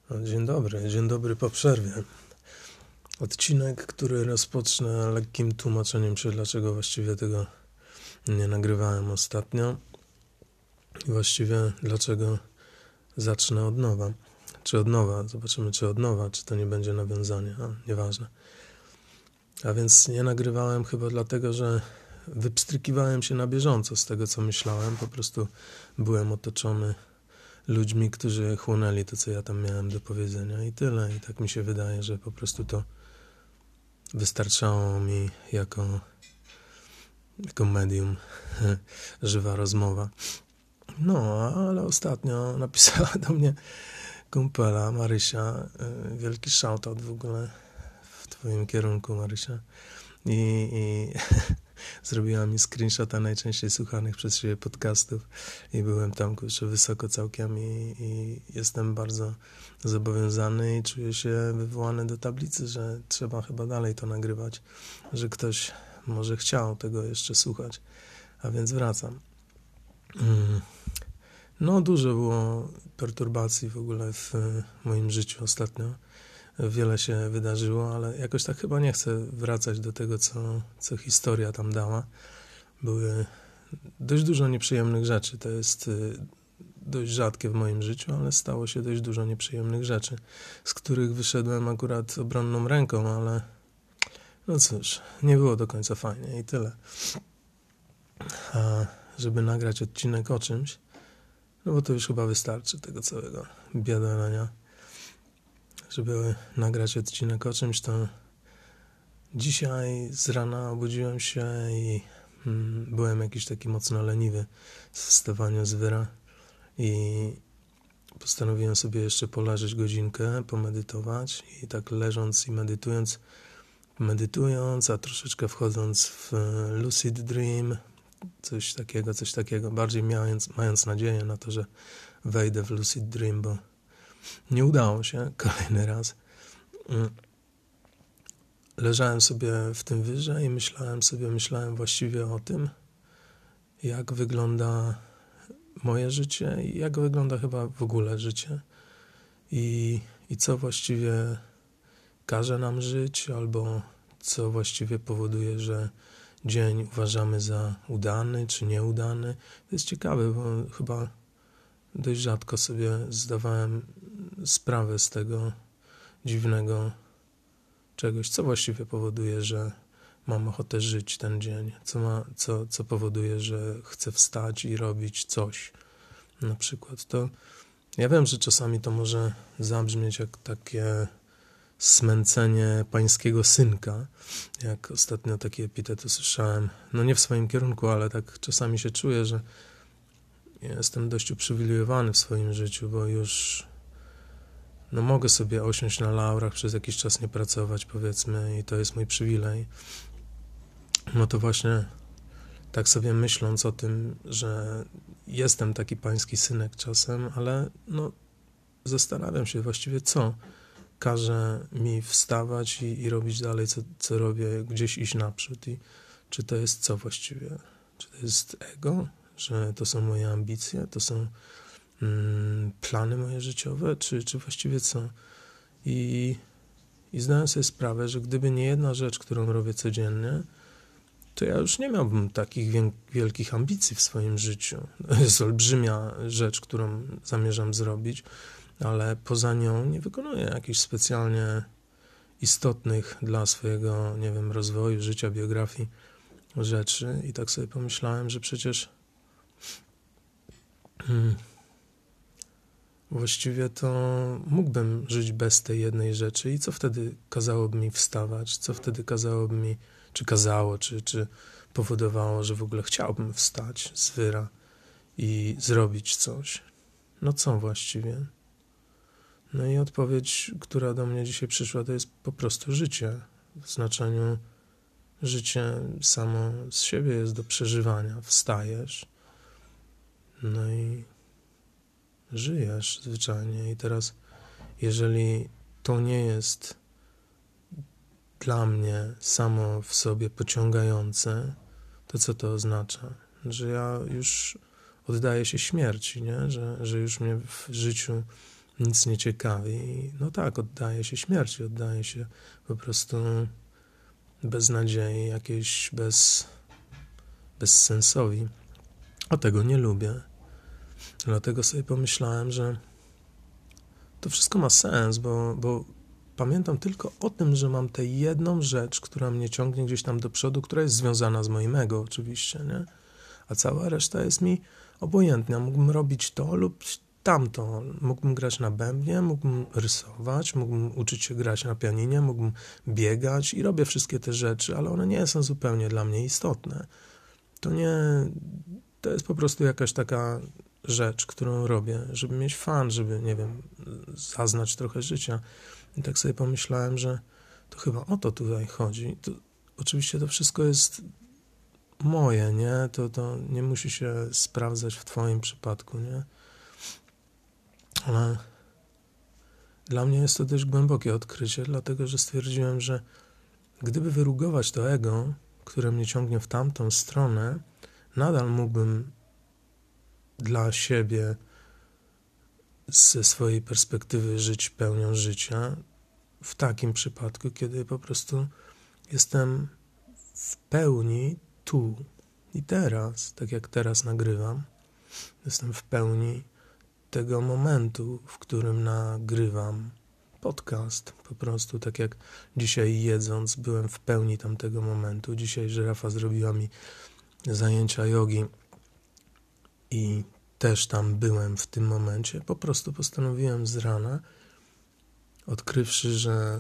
Dzień dobry po przerwie. Odcinek, który rozpocznę lekkim tłumaczeniem się, dlaczego właściwie tego nie nagrywałem ostatnio i właściwie dlaczego zacznę od nowa. Zobaczymy czy od nowa, czy to nie będzie nawiązanie, nieważne. A więc nie nagrywałem chyba dlatego, że wypstrykiwałem się na bieżąco z tego, co myślałem. Po prostu byłem otoczony ludźmi, którzy chłonęli to, co ja tam miałem do powiedzenia i tyle. I tak mi się wydaje, że po prostu to wystarczało mi jako medium, żywa rozmowa. No, ale ostatnio napisała do mnie kumpela Marysia, wielki shoutout w ogóle w twoim kierunku, Marysia, i zrobiła mi screenshota najczęściej słuchanych przez siebie podcastów i byłem tam wysoko całkiem i jestem bardzo zobowiązany i czuję się wywołany do tablicy, że trzeba chyba dalej to nagrywać, że ktoś może chciał tego jeszcze słuchać, a więc wracam. No, dużo było perturbacji w ogóle w moim życiu ostatnio. Wiele się wydarzyło, ale jakoś tak chyba nie chcę wracać do tego, co historia tam dała. Były dość dużo nieprzyjemnych rzeczy. To jest dość rzadkie w moim życiu, ale stało się dość dużo nieprzyjemnych rzeczy, z których wyszedłem akurat obronną ręką, ale no cóż, nie było do końca fajnie i tyle. A żeby nagrać odcinek o czymś, no bo to już chyba wystarczy tego całego biadolenia. Żeby nagrać odcinek o czymś, to dzisiaj z rana obudziłem się i byłem jakiś taki mocno leniwy w wstawaniu z wyra i postanowiłem sobie jeszcze poleżeć godzinkę, pomedytować i tak leżąc i medytując, a troszeczkę wchodząc w lucid dream, coś takiego, bardziej mając nadzieję na to, że wejdę w lucid dream, bo nie udało się kolejny raz. Leżałem sobie w tym wyrze i myślałem właściwie o tym, jak wygląda moje życie i jak wygląda chyba w ogóle życie i co właściwie każe nam żyć, albo co właściwie powoduje, że dzień uważamy za udany czy nieudany. To jest ciekawe, bo chyba dość rzadko sobie zdawałem sprawę z tego dziwnego czegoś, co właściwie powoduje, że mam ochotę żyć ten dzień, co powoduje, że chcę wstać i robić coś. Na przykład to ja wiem, że czasami to może zabrzmieć jak takie smęcenie pańskiego synka, jak ostatnio takie epitety słyszałem, no nie w swoim kierunku, ale tak czasami się czuję, że jestem dość uprzywilejowany w swoim życiu, bo już mogę sobie osiąść na laurach, przez jakiś czas nie pracować, powiedzmy, i to jest mój przywilej. No to właśnie tak sobie myśląc o tym, że jestem taki pański synek czasem, ale zastanawiam się właściwie, co każe mi wstawać i robić dalej, co robię, gdzieś iść naprzód i czy to jest co właściwie? Czy to jest ego? Że to są moje ambicje? To są plany moje życiowe? Czy właściwie co? I zdałem sobie sprawę, że gdyby nie jedna rzecz, którą robię codziennie, to ja już nie miałbym takich wielkich ambicji w swoim życiu. To jest olbrzymia rzecz, którą zamierzam zrobić, ale poza nią nie wykonuję jakichś specjalnie istotnych dla swojego, rozwoju, życia, biografii rzeczy. I tak sobie pomyślałem, że przecież właściwie to mógłbym żyć bez tej jednej rzeczy i co wtedy kazałoby mi wstawać, co wtedy kazałoby mi, czy powodowało, że w ogóle chciałbym wstać z wyra i zrobić coś. No co właściwie? No i odpowiedź, która do mnie dzisiaj przyszła, to jest po prostu życie. W znaczeniu życie samo z siebie jest do przeżywania. Wstajesz, no i żyjesz zwyczajnie. I teraz, jeżeli to nie jest dla mnie samo w sobie pociągające, to co to oznacza? Że ja już oddaję się śmierci, nie? Że już mnie w życiu nic nie ciekawi. No tak, oddaje się śmierci, oddaje się po prostu bez nadziei, jakiejś bezsensowi. A tego nie lubię. Dlatego sobie pomyślałem, że to wszystko ma sens, bo pamiętam tylko o tym, że mam tę jedną rzecz, która mnie ciągnie gdzieś tam do przodu, która jest związana z moim ego oczywiście, nie? A cała reszta jest mi obojętna. Mógłbym robić to lub tamto. Mógłbym grać na bębnie, mógłbym rysować, mógłbym uczyć się grać na pianinie, mógłbym biegać i robię wszystkie te rzeczy, ale one nie są zupełnie dla mnie istotne. To jest po prostu jakaś taka rzecz, którą robię, żeby mieć fan, żeby, nie wiem, zaznać trochę życia. I tak sobie pomyślałem, że to chyba o to tutaj chodzi. Oczywiście to wszystko jest moje, nie? To nie musi się sprawdzać w twoim przypadku, nie? Ale dla mnie jest to dość głębokie odkrycie, dlatego że stwierdziłem, że gdyby wyrugować to ego, które mnie ciągnie w tamtą stronę, nadal mógłbym dla siebie ze swojej perspektywy żyć pełnią życia w takim przypadku, kiedy po prostu jestem w pełni tu i teraz, tak jak teraz nagrywam. Jestem w pełni tego momentu, w którym nagrywam podcast. Po prostu tak jak dzisiaj jedząc, byłem w pełni tamtego momentu. Dzisiaj żyrafa zrobiła mi zajęcia jogi i też tam byłem w tym momencie. Po prostu postanowiłem z rana, odkrywszy, że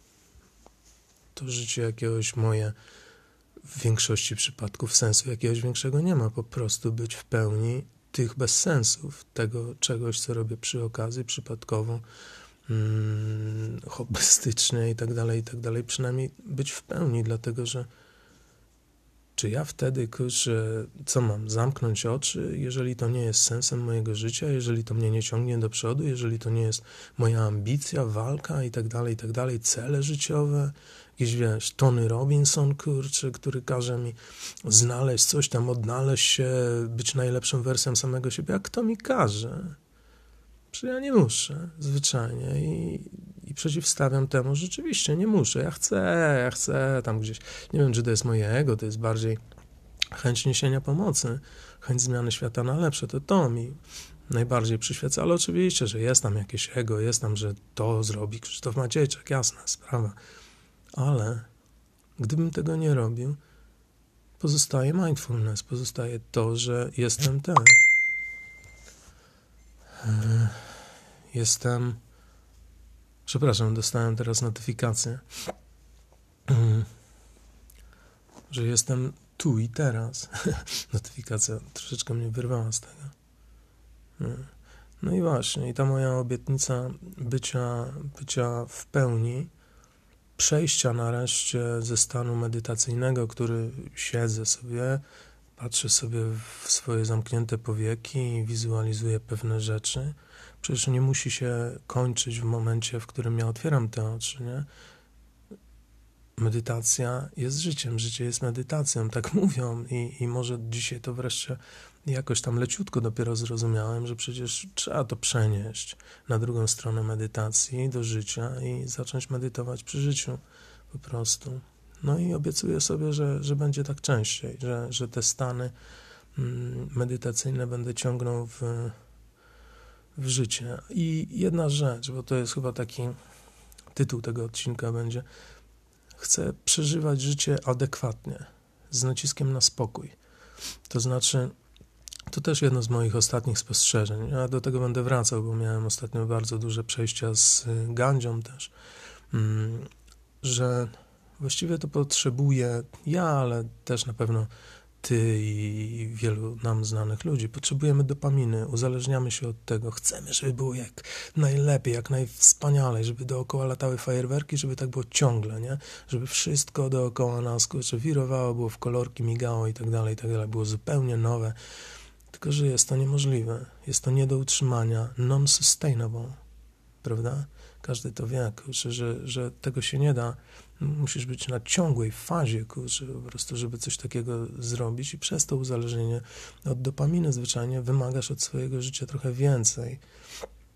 to życie jakiegoś moje w większości przypadków sensu jakiegoś większego nie ma. Po prostu być w pełni tych bezsensów, tego czegoś, co robię przy okazji, przypadkowo, hobbystycznie i tak dalej, przynajmniej być w pełni, dlatego że czy ja wtedy, kurczę, co mam, zamknąć oczy, jeżeli to nie jest sensem mojego życia, jeżeli to mnie nie ciągnie do przodu, jeżeli to nie jest moja ambicja, walka i tak dalej, cele życiowe, jakiś, wiesz, Tony Robinson, kurczę, który każe mi znaleźć coś tam, odnaleźć się, być najlepszą wersją samego siebie, a kto mi każe? Przecież ja nie muszę, zwyczajnie i przeciwstawiam temu, rzeczywiście nie muszę, ja chcę tam gdzieś, nie wiem, czy to jest moje ego, to jest bardziej chęć niesienia pomocy, chęć zmiany świata na lepsze, to mi najbardziej przyświeca, ale oczywiście, że jest tam jakieś ego, jest tam, że to zrobi Krzysztof Maciejczak, jasna sprawa, ale gdybym tego nie robił, pozostaje mindfulness, pozostaje to, że jestem ten. Przepraszam, dostałem teraz notyfikację, że jestem tu i teraz. Notyfikacja troszeczkę mnie wyrwała z tego. No i właśnie, i ta moja obietnica bycia w pełni, przejścia nareszcie ze stanu medytacyjnego, który siedzę sobie, patrzę sobie w swoje zamknięte powieki i wizualizuję pewne rzeczy. Przecież nie musi się kończyć w momencie, w którym ja otwieram te oczy, nie? Medytacja jest życiem, życie jest medytacją, tak mówią i może dzisiaj to wreszcie jakoś tam leciutko dopiero zrozumiałem, że przecież trzeba to przenieść na drugą stronę medytacji, do życia i zacząć medytować przy życiu po prostu. No i obiecuję sobie, że będzie tak częściej, że te stany medytacyjne będę ciągnął w życie. I jedna rzecz, bo to jest chyba taki tytuł tego odcinka będzie: chcę przeżywać życie adekwatnie, z naciskiem na spokój. To znaczy, to też jedno z moich ostatnich spostrzeżeń. Ja do tego będę wracał, bo miałem ostatnio bardzo duże przejścia z gandzią też, że właściwie to potrzebuję ja, ale też na pewno ty i wielu nam znanych ludzi. Potrzebujemy dopaminy, uzależniamy się od tego, chcemy, żeby było jak najlepiej, jak najwspanialej, żeby dookoła latały fajerwerki, żeby tak było ciągle, nie? Żeby wszystko dookoła nas, kurczę, wirowało, było w kolorki, migało i tak dalej, było zupełnie nowe. Tylko że jest to niemożliwe, jest to nie do utrzymania, non-sustainable, prawda? Każdy to wie, kurczę, że tego się nie da. Musisz być na ciągłej fazie, kurczę, po prostu, żeby coś takiego zrobić i przez to uzależnienie od dopaminy zwyczajnie wymagasz od swojego życia trochę więcej.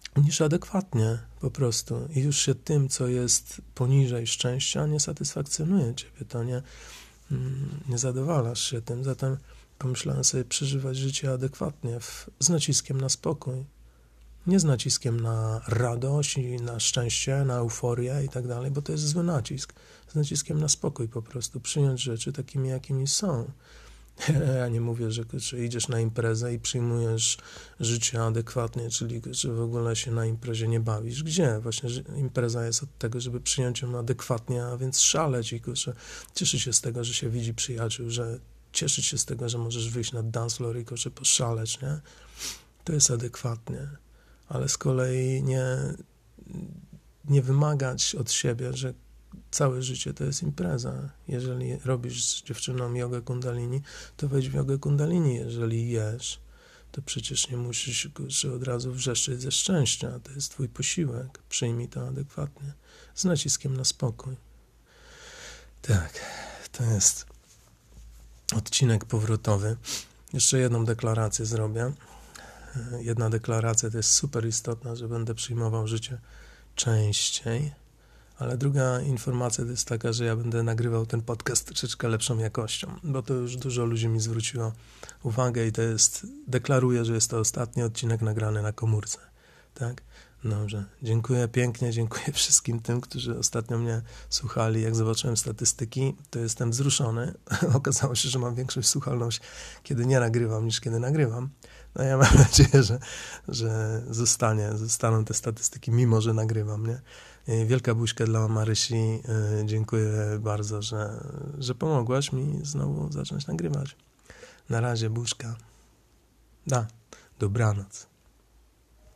niż adekwatnie po prostu. I już się tym, co jest poniżej szczęścia, nie satysfakcjonuje ciebie, to nie zadowalasz się tym. Zatem pomyślałem sobie przeżywać życie adekwatnie, z naciskiem na spokój. Nie z naciskiem na radość i na szczęście, na euforię i tak dalej, bo to jest zły nacisk. Z naciskiem na spokój po prostu. Przyjąć rzeczy takimi, jakimi są. Ja nie mówię, że idziesz na imprezę i przyjmujesz życie adekwatnie, czyli że w ogóle się na imprezie nie bawisz. Gdzie? Właśnie impreza jest od tego, żeby przyjąć ją adekwatnie, a więc szaleć i cieszyć się z tego, że się widzi przyjaciół, że cieszyć się z tego, że możesz wyjść na dance floor i poszaleć, nie? To jest adekwatnie. Ale z kolei nie wymagać od siebie, że całe życie to jest impreza. Jeżeli robisz z dziewczyną jogę kundalini, to wejdź w jogę kundalini. Jeżeli jesz, to przecież nie musisz od razu wrzeszczeć ze szczęścia. To jest twój posiłek. Przyjmij to adekwatnie. Z naciskiem na spokój. Tak, to jest odcinek powrotowy. Jeszcze jedną deklarację zrobię. Jedna deklaracja to jest super istotna, że będę przyjmował życie częściej, ale druga informacja to jest taka, że ja będę nagrywał ten podcast troszeczkę lepszą jakością, bo to już dużo ludzi mi zwróciło uwagę i deklaruję, że jest to ostatni odcinek nagrany na komórce, tak? Dobrze, dziękuję pięknie, dziękuję wszystkim tym, którzy ostatnio mnie słuchali. Jak zobaczyłem statystyki, to jestem wzruszony. Okazało się, że mam większą słuchalność, kiedy nie nagrywam, niż kiedy nagrywam. No ja mam nadzieję, że zostaną te statystyki, mimo że nagrywam, nie? Wielka buźka dla Marysi. Dziękuję bardzo, że pomogłaś mi znowu zacząć nagrywać. Na razie, buźka. Dobranoc.